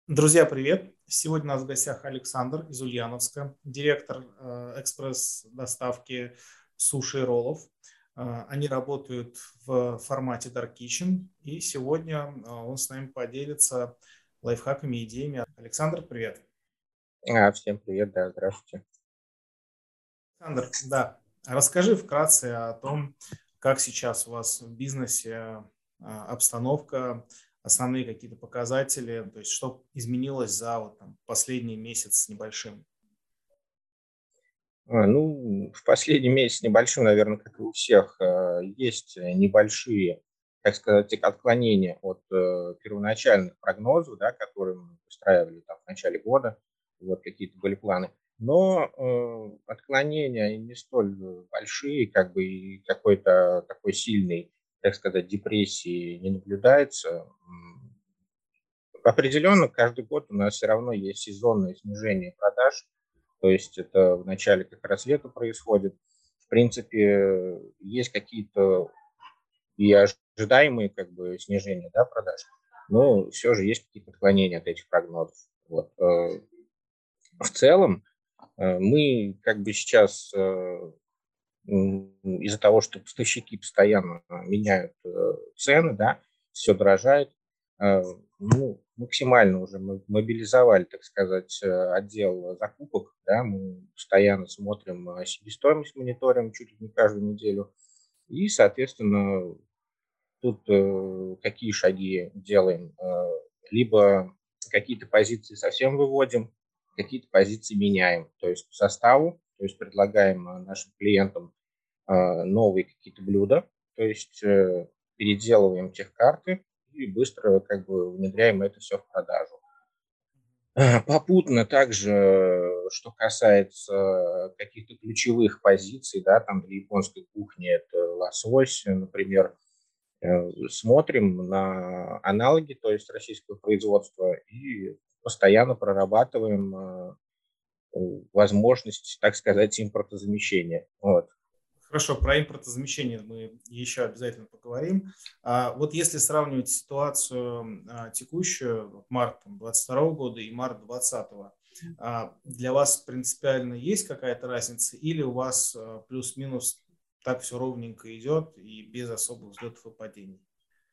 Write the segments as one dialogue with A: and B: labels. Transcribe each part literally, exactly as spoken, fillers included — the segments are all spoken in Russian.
A: Друзья, привет! Сегодня у нас в гостях Александр из Ульяновска, директор э, экспресс-доставки суши и роллов. Э, Они работают в формате Dark Kitchen, и сегодня э, он с нами поделится лайфхаками и идеями. Александр, привет!
B: А, всем привет, да, здравствуйте.
A: Александр, да, расскажи вкратце о том, как сейчас у вас в бизнесе э, обстановка, основные какие-то показатели, то есть что изменилось за вот, там, последний месяц с небольшим.
B: А, ну, в последний месяц небольшим, наверное, как и у всех, э, есть э, небольшие, так сказать, отклонения от э, первоначальных прогнозов, да, которые мы выстраивали там в начале года, вот какие-то были планы. Но э, отклонения они не столь э, большие, как бы и какой-то такой сильной, так сказать, депрессии не наблюдается. М, Определенно, каждый год у нас все равно есть сезонное снижение продаж. То есть это в начале как раз лета происходит. В принципе, есть какие-то и ожидаемые как бы снижения, да, продаж, но все же есть какие-то отклонения от этих прогнозов. Вот. э, В целом, э, мы как бы сейчас э, м, из-за того, что поставщики постоянно а, меняют э, цены, да, все дорожает, э, ну, максимально уже мы мобилизовали, так сказать, э, отдел закупок, да, мы постоянно смотрим э, себестоимость, мониторим чуть ли не каждую неделю, и, соответственно, тут э, какие шаги делаем? Э, либо какие-то позиции совсем выводим, какие-то позиции меняем, то есть по составу, то есть предлагаем э, нашим клиентам а, новые какие-то блюда, то есть э, переделываем техкарты и быстро как бы внедряем это все в продажу. А, Попутно также, э, что касается каких-то ключевых позиций, да, там для японской кухни это лосось, э, например, э, смотрим на аналоги, то есть российского производства, и постоянно прорабатываем э, возможность, так сказать, импортозамещения. Вот.
A: Хорошо, про импортозамещение мы еще обязательно поговорим. А вот если сравнивать ситуацию а, текущую, вот март там, двадцать второго года и март двадцатого, а, для вас принципиально есть какая-то разница или у вас а, плюс-минус так все ровненько идет и без особых взлетов и падений?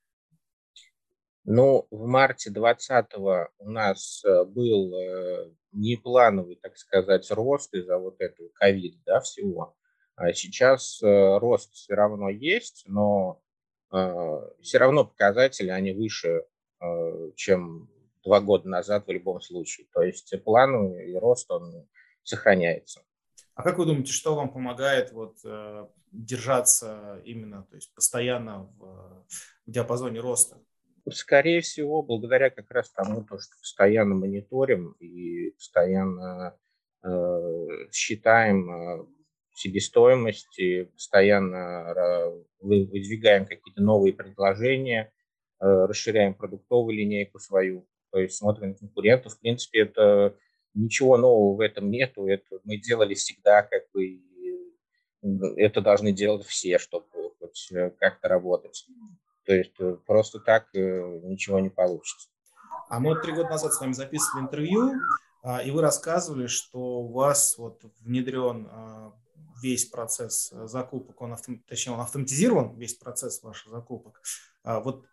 B: Ну, в марте двадцатого у нас э, был э, неплановый, так сказать, рост из-за вот этого ковида, да, всего. А сейчас э, рост все равно есть, но все равно показатели, они выше, э, чем два года назад в любом случае. То есть плановый рост, он сохраняется.
A: А как вы думаете, что вам помогает вот, э, держаться именно, то есть постоянно в, в диапазоне роста?
B: Скорее всего, благодаря как раз тому, то, что постоянно мониторим и постоянно э, считаем э, себестоимость, и постоянно ра- вы- выдвигаем какие-то новые предложения, э, расширяем продуктовую линейку свою, то есть смотрим на конкурентов. В принципе, это ничего нового в этом нету, это мы делали всегда, как бы, и это должны делать все, чтобы хоть э, как-то работать. То есть э, просто так э, ничего не получится.
A: А мы вот три года назад с вами записывали интервью, а, и вы рассказывали, что у вас вот внедрен а, весь процесс э, закупок, он автом- точнее, он автоматизирован, весь процесс ваших закупок. А, Вот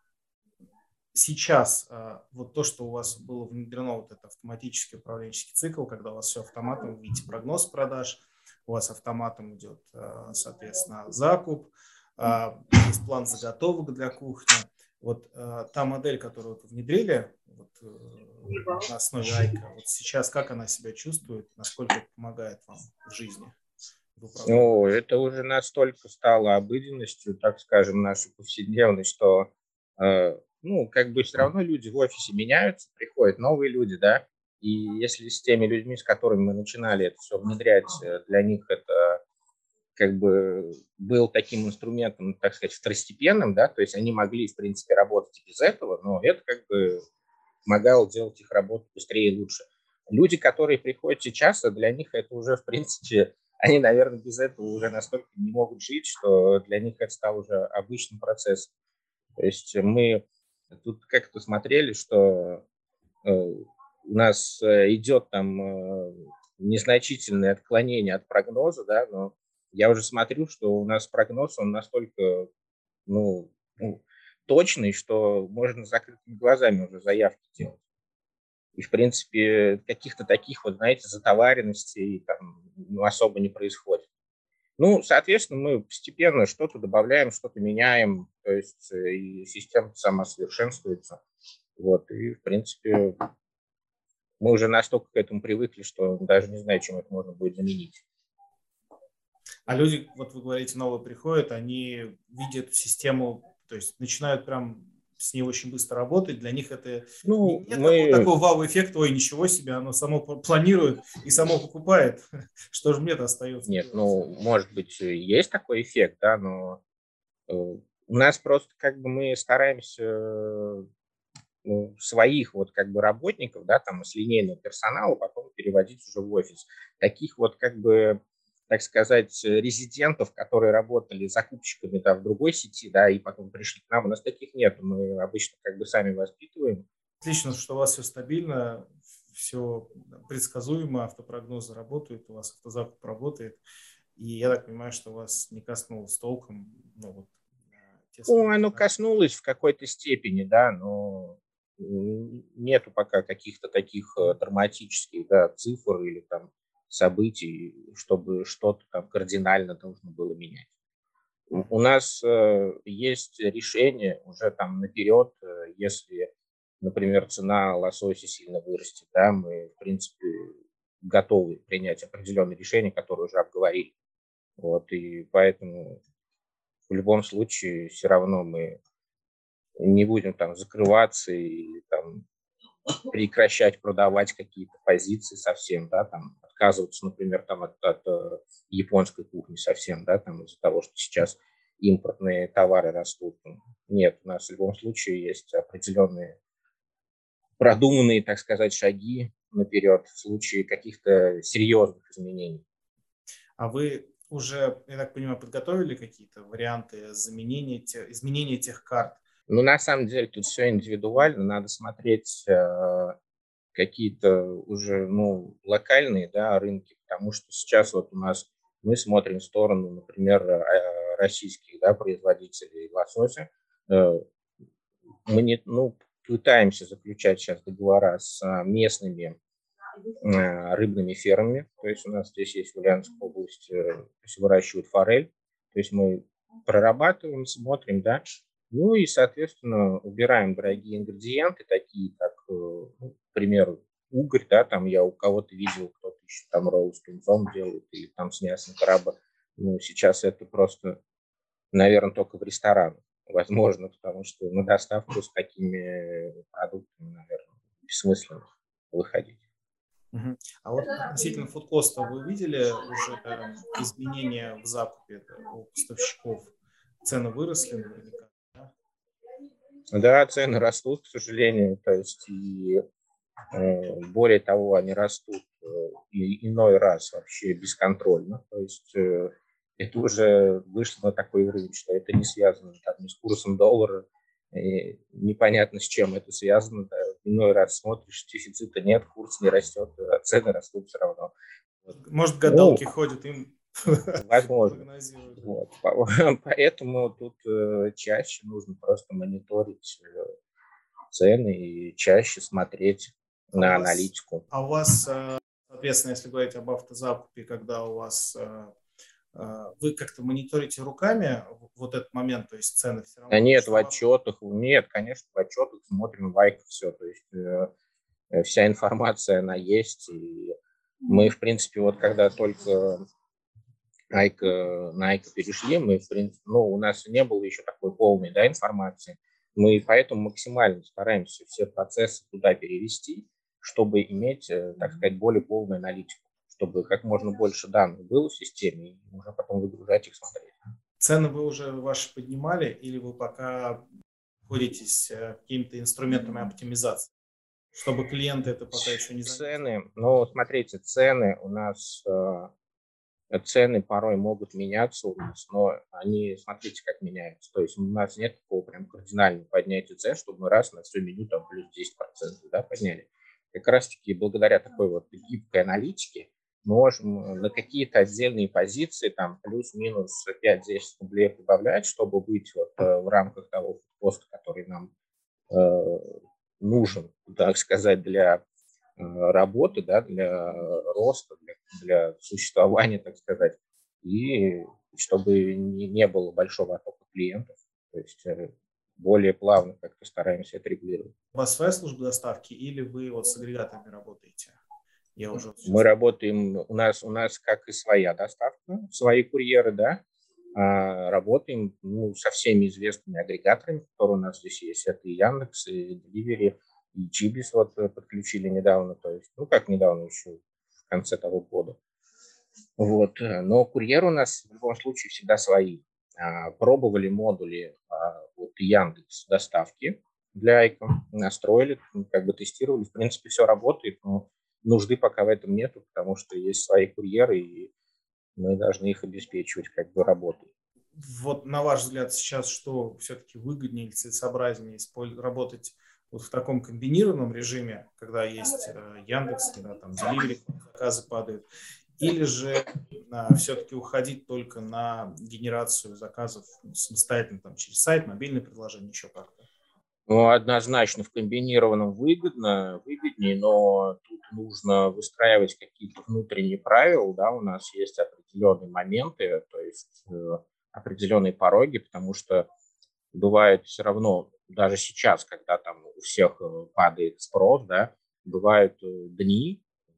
A: сейчас а, вот то, что у вас было внедрено, вот это автоматический управленческий цикл, когда у вас все автоматом, вы видите прогноз продаж, у вас автоматом идет, а, соответственно, закуп, а, есть план заготовок для кухни. Вот а, та модель, которую вы внедрили вот, э, на основе Айка, вот сейчас как она себя чувствует, насколько это помогает вам в жизни, в управлении?
B: Ну, это уже настолько стало обыденностью, так скажем, нашей повседневной, что, э, ну, как бы все равно люди в офисе меняются, приходят новые люди, да, и если с теми людьми, с которыми мы начинали это все внедрять, э, для них это как бы был таким инструментом, так сказать, второстепенным, да, то есть они могли, в принципе, работать и без этого, но это как бы помогало делать их работу быстрее и лучше. Люди, которые приходят сейчас, для них это уже, в принципе, они, наверное, без этого уже настолько не могут жить, что для них это стал уже обычным процессом. То есть мы тут как-то смотрели, что э, у нас идет там незначительное отклонение от прогноза, да, но я уже смотрю, что у нас прогноз, он настолько, ну, ну, точный, что можно с закрытыми глазами уже заявки делать. И, в принципе, каких-то таких вот, знаете, затоваренностей там ну, особо не происходит. Ну, соответственно, мы постепенно что-то добавляем, что-то меняем, то есть и система сама совершенствуется. Вот, и, в принципе, мы уже настолько к этому привыкли, что даже не знаю, чем это можно будет заменить.
A: А люди, вот вы говорите, новые приходят, они видят систему, то есть начинают прям с ней очень быстро работать. Для них это
B: Ну,
A: нет какого-то
B: мы...
A: такого вау-эффекта, ой, ничего себе, оно само планирует и само покупает. Что же мне-то остается
B: Нет,
A: делать?
B: ну, может быть, есть такой эффект, да, но э, у нас просто как бы мы стараемся ну, своих вот как бы работников, да, там с линейного персонала потом переводить уже в офис. Таких вот как бы, так сказать, резидентов, которые работали закупщиками да, в другой сети, да, и потом пришли к нам, у нас таких нет. Мы обычно как бы сами воспитываем.
A: Отлично, что у вас все стабильно, все предсказуемо, автопрогнозы работают, у вас автозакуп работает. И я так понимаю, что вас не коснулось толком, ну, вот, те
B: Ну,
A: события.
B: оно коснулось в какой-то степени, да, но нету пока каких-то таких э, драматических да, цифр или там событий, чтобы что-то там кардинально должно было менять. У нас э, есть решение уже там наперед, э, если, например, цена лосося сильно вырастет, да, мы, в принципе, готовы принять определенные решения, которые уже обговорили. Вот, и поэтому в любом случае все равно мы не будем там закрываться и там прекращать продавать какие-то позиции совсем, да, там отказываться, например, там от, от э, японской кухни совсем, да, там из-за того, что сейчас импортные товары растут. Нет, у нас в любом случае есть определенные продуманные, так сказать, шаги наперед в случае каких-то серьезных изменений.
A: А вы уже, я так понимаю, подготовили какие-то варианты заменения, те- изменения тех карт?
B: Но на самом деле тут все индивидуально, надо смотреть э, какие-то уже ну, локальные да, рынки, потому что сейчас вот у нас мы смотрим в сторону, например, э, российских да, производителей лосося. Э, Мы не, ну, пытаемся заключать сейчас договора с э, местными э, рыбными фермами. То есть у нас здесь есть в Ульяновской области, э, то есть выращивают форель. То есть мы прорабатываем, смотрим, да, ну и, соответственно, убираем дорогие ингредиенты, такие как, э, ну, к примеру, угорь, да, там я у кого-то видел, кто-то еще там ролл с тунцом делает или там с мясом краба. Ну, сейчас это просто, наверное, только в ресторанах. Возможно, потому что на доставку с такими продуктами, наверное, бессмысленно выходить.
A: Мгм. А вот относительно фудкоста вы видели уже эм, изменения в закупе это, у поставщиков? Цены выросли наверняка, да?
B: Да, цены растут, к сожалению, то есть и э, более того, они растут э, и иной раз вообще бесконтрольно, то есть э, это уже вышло на такой уровень, что это не связано там, ни с курсом доллара, и непонятно с чем это связано, да. Иной раз смотришь, дефицита нет, курс не растет, а цены растут все равно. Вот.
A: Может,
B: Ну,
A: гадалки ходят, им
B: возможно.
A: прогнозируют.
B: Вот. Поэтому тут э, чаще нужно просто мониторить э, цены и чаще смотреть
A: А у
B: на
A: вас,
B: аналитику.
A: а у вас, э, соответственно, если говорить об автозакупе, когда у вас э, э, вы как-то мониторите руками в- вот этот момент, то есть цены все
B: А
A: равно,
B: нет, в
A: что вас...
B: отчетах, нет, конечно, в отчетах смотрим лайк, все, то есть э, э, вся информация, она есть, и мы, в принципе, вот когда только Айка, на Айка перешли, мы, в принципе, ну, у нас не было еще такой полной, да, информации, мы поэтому максимально стараемся все процессы туда перевести, чтобы иметь, э, так сказать, более полную аналитику, чтобы как можно больше данных было в системе, и уже потом выгружать их, смотреть.
A: Цены вы уже ваши поднимали или вы пока пользуетесь э, какими-то инструментами оптимизации, чтобы клиенты это пока еще не заметили?
B: Цены, ну, смотрите, цены у нас, э, цены порой могут меняться у нас, но они, смотрите, как меняются. То есть у нас нет такого прям кардинального поднятия цен, чтобы мы раз на все меню там плюс десять процентов да, подняли. как раз-таки благодаря такой вот гибкой аналитике можем на какие-то отдельные позиции там плюс-минус пять-десять рублей прибавлять, чтобы быть вот в рамках того поста, который нам э, нужен, так сказать, для работы, да, для роста, для, для существования, так сказать, и чтобы не, не было большого оттока клиентов. То есть более плавно как-то стараемся это регулировать.
A: У вас своя служба доставки или вы вот с агрегаторами работаете?
B: Я уже Мы работаем, у нас, у нас как и своя доставка, свои курьеры, да, а работаем ну, со всеми известными агрегаторами, которые у нас здесь есть. Это и Яндекс, и Delivery, и Чибис вот подключили недавно, то есть, ну как недавно, еще в конце того года. Вот. Но курьеры у нас в любом случае всегда свои. А, пробовали модули а, вот Яндекс доставки для Айко, настроили, как бы тестировали, в принципе, все работает, но нужды пока в этом нету, потому что есть свои курьеры, и мы должны их обеспечивать как бы работой.
A: Вот на ваш взгляд сейчас что все-таки выгоднее или целесообразнее работать вот в таком комбинированном режиме, когда есть Яндекс, когда там Delivery заказы падают, или же а, все-таки уходить только на генерацию заказов самостоятельно там, через сайт, мобильное приложение, еще как-то?
B: Ну, однозначно в комбинированном выгодно, выгоднее, но тут нужно выстраивать какие-то внутренние правила, да, у нас есть определенные моменты, то есть э, определенные пороги, потому что бывает все равно, даже сейчас, когда там у всех падает спрос, да, бывают дни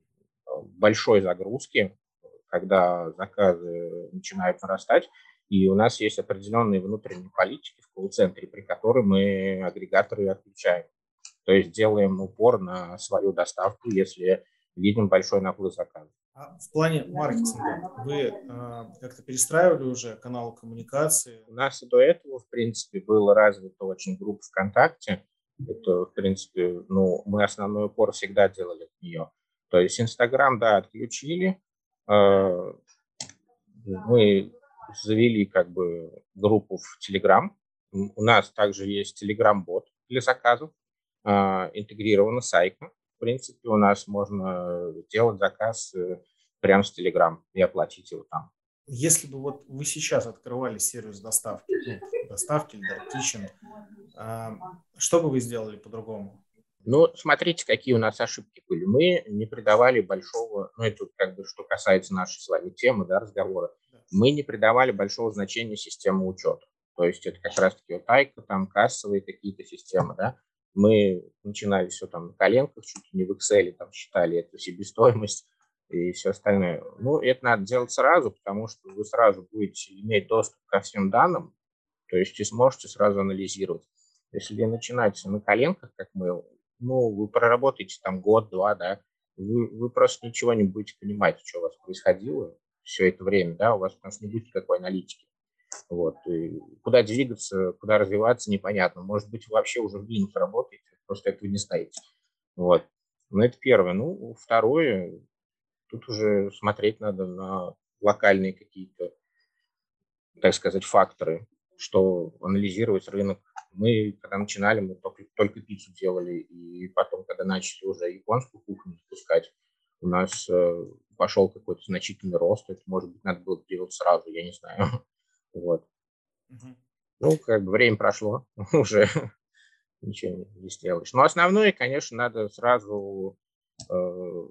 B: большой загрузки, когда заказы начинают нарастать, и у нас есть определенные внутренние политики в колл-центре, при которой мы агрегаторы отключаем. То есть делаем упор на свою доставку, если видим большой наплыв заказов.
A: А в плане маркетинга вы э, как-то перестраивали уже каналы коммуникации?
B: У нас и до этого, в принципе, было развито очень группа ВКонтакте. Это, в принципе, ну, мы основной упор всегда делали от нее. То есть Инстаграм, да, отключили. Э, мы завели как бы группу в Телеграм. У нас также есть Телеграм-бот для заказов, интегрирована с Айко. В принципе, у нас можно делать заказ прямо с Телеграм и оплатить его там.
A: Если бы вот вы сейчас открывали сервис доставки, ну, доставки или Dark Kitchen, что бы вы сделали по-другому?
B: Ну, смотрите, какие у нас ошибки были. Мы не придавали большого, ну, это как бы что касается нашей с вами темы, да, разговора, мы не придавали большого значения системе учета. То есть это как раз-таки вот Айко, там кассовые какие-то системы, да. Мы начинали все там на коленках, чуть ли не в Excel, там считали эту себестоимость и все остальное. Ну, это надо делать сразу, потому что вы сразу будете иметь доступ ко всем данным, то есть и сможете сразу анализировать. Если начинать на коленках, как мы, ну, вы проработаете там год-два, да, вы, вы просто ничего не будете понимать, что у вас происходило все это время, да, у вас потому что не будет никакой аналитики. Вот. И куда двигаться, куда развиваться, непонятно. Может быть, вы вообще уже в минус работаете, просто этого не знаете. Вот. Ну, это первое. Ну, второе, тут уже смотреть надо на локальные какие-то, так сказать, факторы, что анализировать рынок. Мы, когда начинали, мы только, только пиццу делали, и потом, когда начали уже японскую кухню запускать, у нас э, пошел какой-то значительный рост. Это, может быть, надо было делать сразу, я не знаю. Вот. Угу. Ну, как бы время прошло, уже ничего не сделаешь. Но основное, конечно, надо сразу э,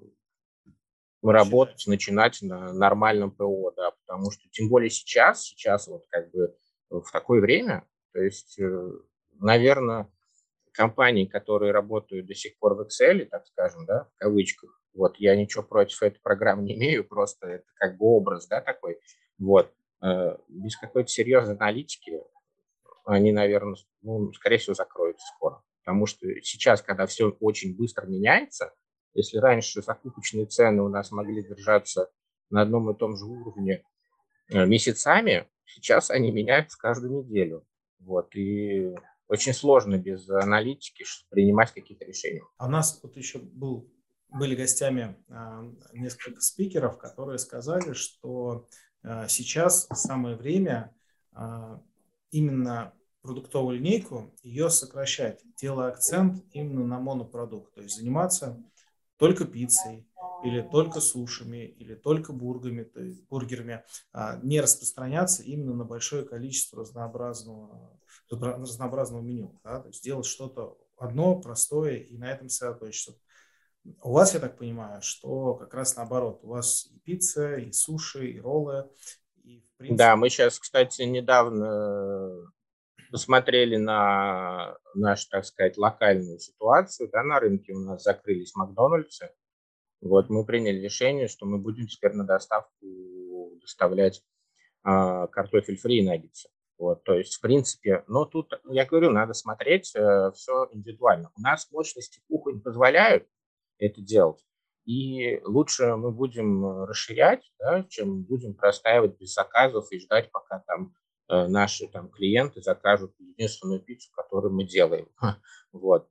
B: работать, начинать на нормальном ПО, да, потому что тем более сейчас, сейчас вот как бы в такое время, то есть, наверное, компании, которые работают до сих пор в Excel, так скажем, да, в кавычках, вот я ничего против этой программы не имею, просто это как бы образ, да, такой, вот, без какой-то серьезной аналитики они, наверное, ну, скорее всего, закроются скоро, потому что сейчас, когда все очень быстро меняется, если раньше закупочные цены у нас могли держаться на одном и том же уровне месяцами, сейчас они меняются каждую неделю. Вот, и очень сложно без аналитики принимать какие-то решения.
A: А у нас вот еще был, были гостями э, несколько спикеров, которые сказали, что э, сейчас самое время э, именно продуктовую линейку, ее сокращать, делая акцент именно на монопродукт, то есть заниматься только пиццей, или только сушами, или только бургерами, то есть бургерами, а, не распространяться именно на большое количество разнообразного, разнообразного меню. Да? То есть делать что-то одно, простое, и на этом сосредоточиться. У вас, я так понимаю, что как раз наоборот. У вас и пицца, и суши, и роллы. И, в принципе...
B: Да, мы сейчас, кстати, недавно посмотрели на нашу, так сказать, локальную ситуацию. Да, на рынке у нас закрылись Макдональдсы. Вот мы приняли решение, что мы будем теперь на доставку доставлять а, картофель фри и наггетсы. Вот, то есть, в принципе, но тут, я говорю, надо смотреть э, все индивидуально. У нас мощности кухонь позволяют это делать, и лучше мы будем расширять, да, чем будем простаивать без заказов и ждать, пока там э, наши там клиенты закажут единственную пиццу, которую мы делаем. Вот.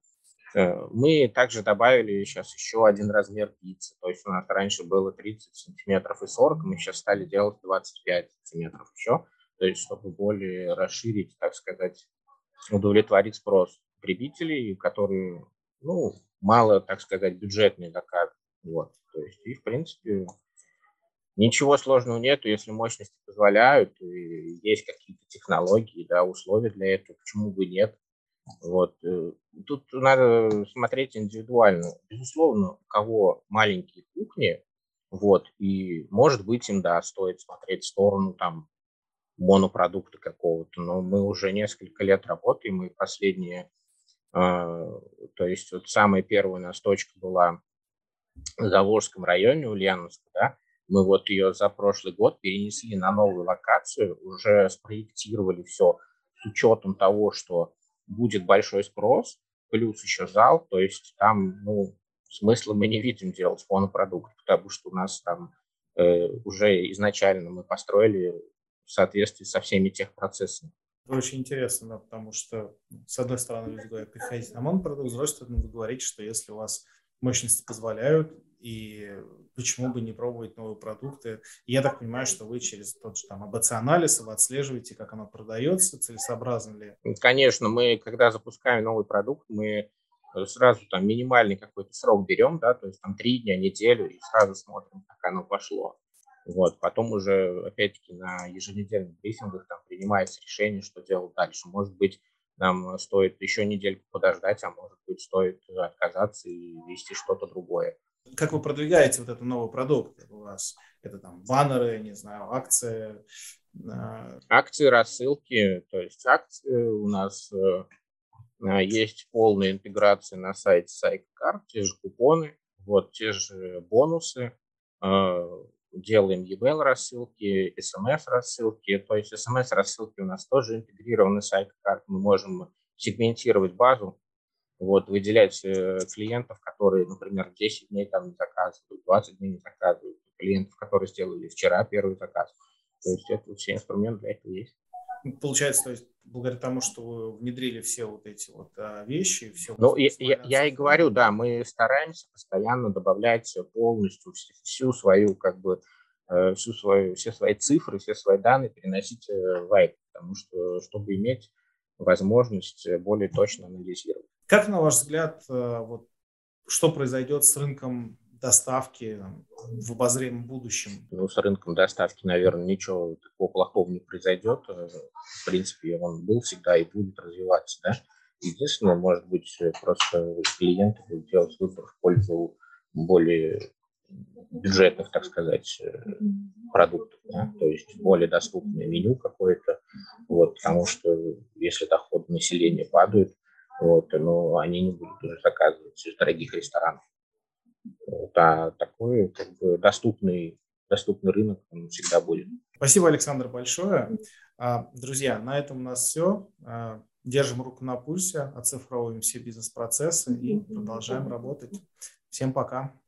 B: Мы также добавили сейчас еще один размер пиццы. То есть у нас раньше было тридцать сантиметров и сорок, мы сейчас стали делать двадцать пять сантиметров еще. То есть чтобы более расширить, так сказать, удовлетворить спрос потребителей, которые, ну, мало, так сказать, бюджетные заказы. Вот. То есть и, в принципе, ничего сложного нету, если мощности позволяют, и есть какие-то технологии, да, условия для этого, почему бы нет. Вот. Тут надо смотреть индивидуально. Безусловно, у кого маленькие кухни, вот, и, может быть, им, да, стоит смотреть в сторону там монопродукта какого-то, но мы уже несколько лет работаем, и последние, э, то есть вот самая первая у нас точка была в Заволжском районе, Ульяновск, да, мы вот ее за прошлый год перенесли на новую локацию, уже спроектировали все с учетом того, что будет большой спрос, плюс еще зал, то есть там, ну, смысла мы не видим делать монопродукт, потому что у нас там э, уже изначально мы построили в соответствии со всеми техпроцессами.
A: Это очень интересно, да, потому что, с одной стороны, люди говорят, приходите на монопродукт, с другой стороны, вы говорите, что если у вас мощности позволяют, и почему бы не пробовать новые продукты. И я так понимаю, что вы через тот же там эй би си-анализ, вы отслеживаете, как оно продается, целесообразно ли.
B: Конечно, мы, когда запускаем новый продукт, мы сразу там минимальный какой-то срок берем, да, то есть там три дня, неделю, и сразу смотрим, как оно пошло. Вот, потом уже, опять-таки, на еженедельных брифингах там принимается решение, что делать дальше. Может быть, нам стоит еще недельку подождать, а может быть, стоит отказаться и вести что-то другое.
A: Как вы продвигаете вот этот новый продукт? У вас это там баннеры, не знаю, акции?
B: Акции, рассылки. То есть акции у нас есть полная интеграция на сайте Сайкокар, те же купоны, вот те же бонусы. Делаем e-mail рассылки, эс эм эс рассылки. То есть эс эм эс рассылки у нас тоже интегрированы с Сайкокар. Мы можем сегментировать базу, вот, выделять клиентов, которые, например, десять дней там не заказывают, двадцать дней не заказывают, клиентов, которые сделали вчера первый заказ. То есть это все инструменты для этого есть.
A: Получается, то есть благодаря тому, что вы внедрили все вот эти вот вещи, все.
B: Ну, я, я, я и говорю, да, мы стараемся постоянно добавлять полностью всю свою, как бы, всю свою, все свои цифры, все свои данные переносить в Айк, потому что, чтобы иметь возможность более точно анализировать.
A: Как, на ваш взгляд, вот, что произойдет с рынком доставки в обозримом будущем?
B: Ну, с рынком доставки, наверное, ничего такого плохого не произойдет. В принципе, он был всегда и будет развиваться, да. Единственное, может быть, просто клиенты будут делать выбор в пользу более бюджетных, так сказать, продуктов, да? То есть более доступное меню какое-то, вот, потому что если доходы населения падают, вот, но они не будут уже заказывать из дорогих ресторанов. Вот, а такой, как бы, доступный, доступный рынок он всегда будет.
A: Спасибо, Александр, большое. Друзья, на этом у нас все. Держим руку на пульсе, оцифровываем все бизнес-процессы и продолжаем работать. Всем пока.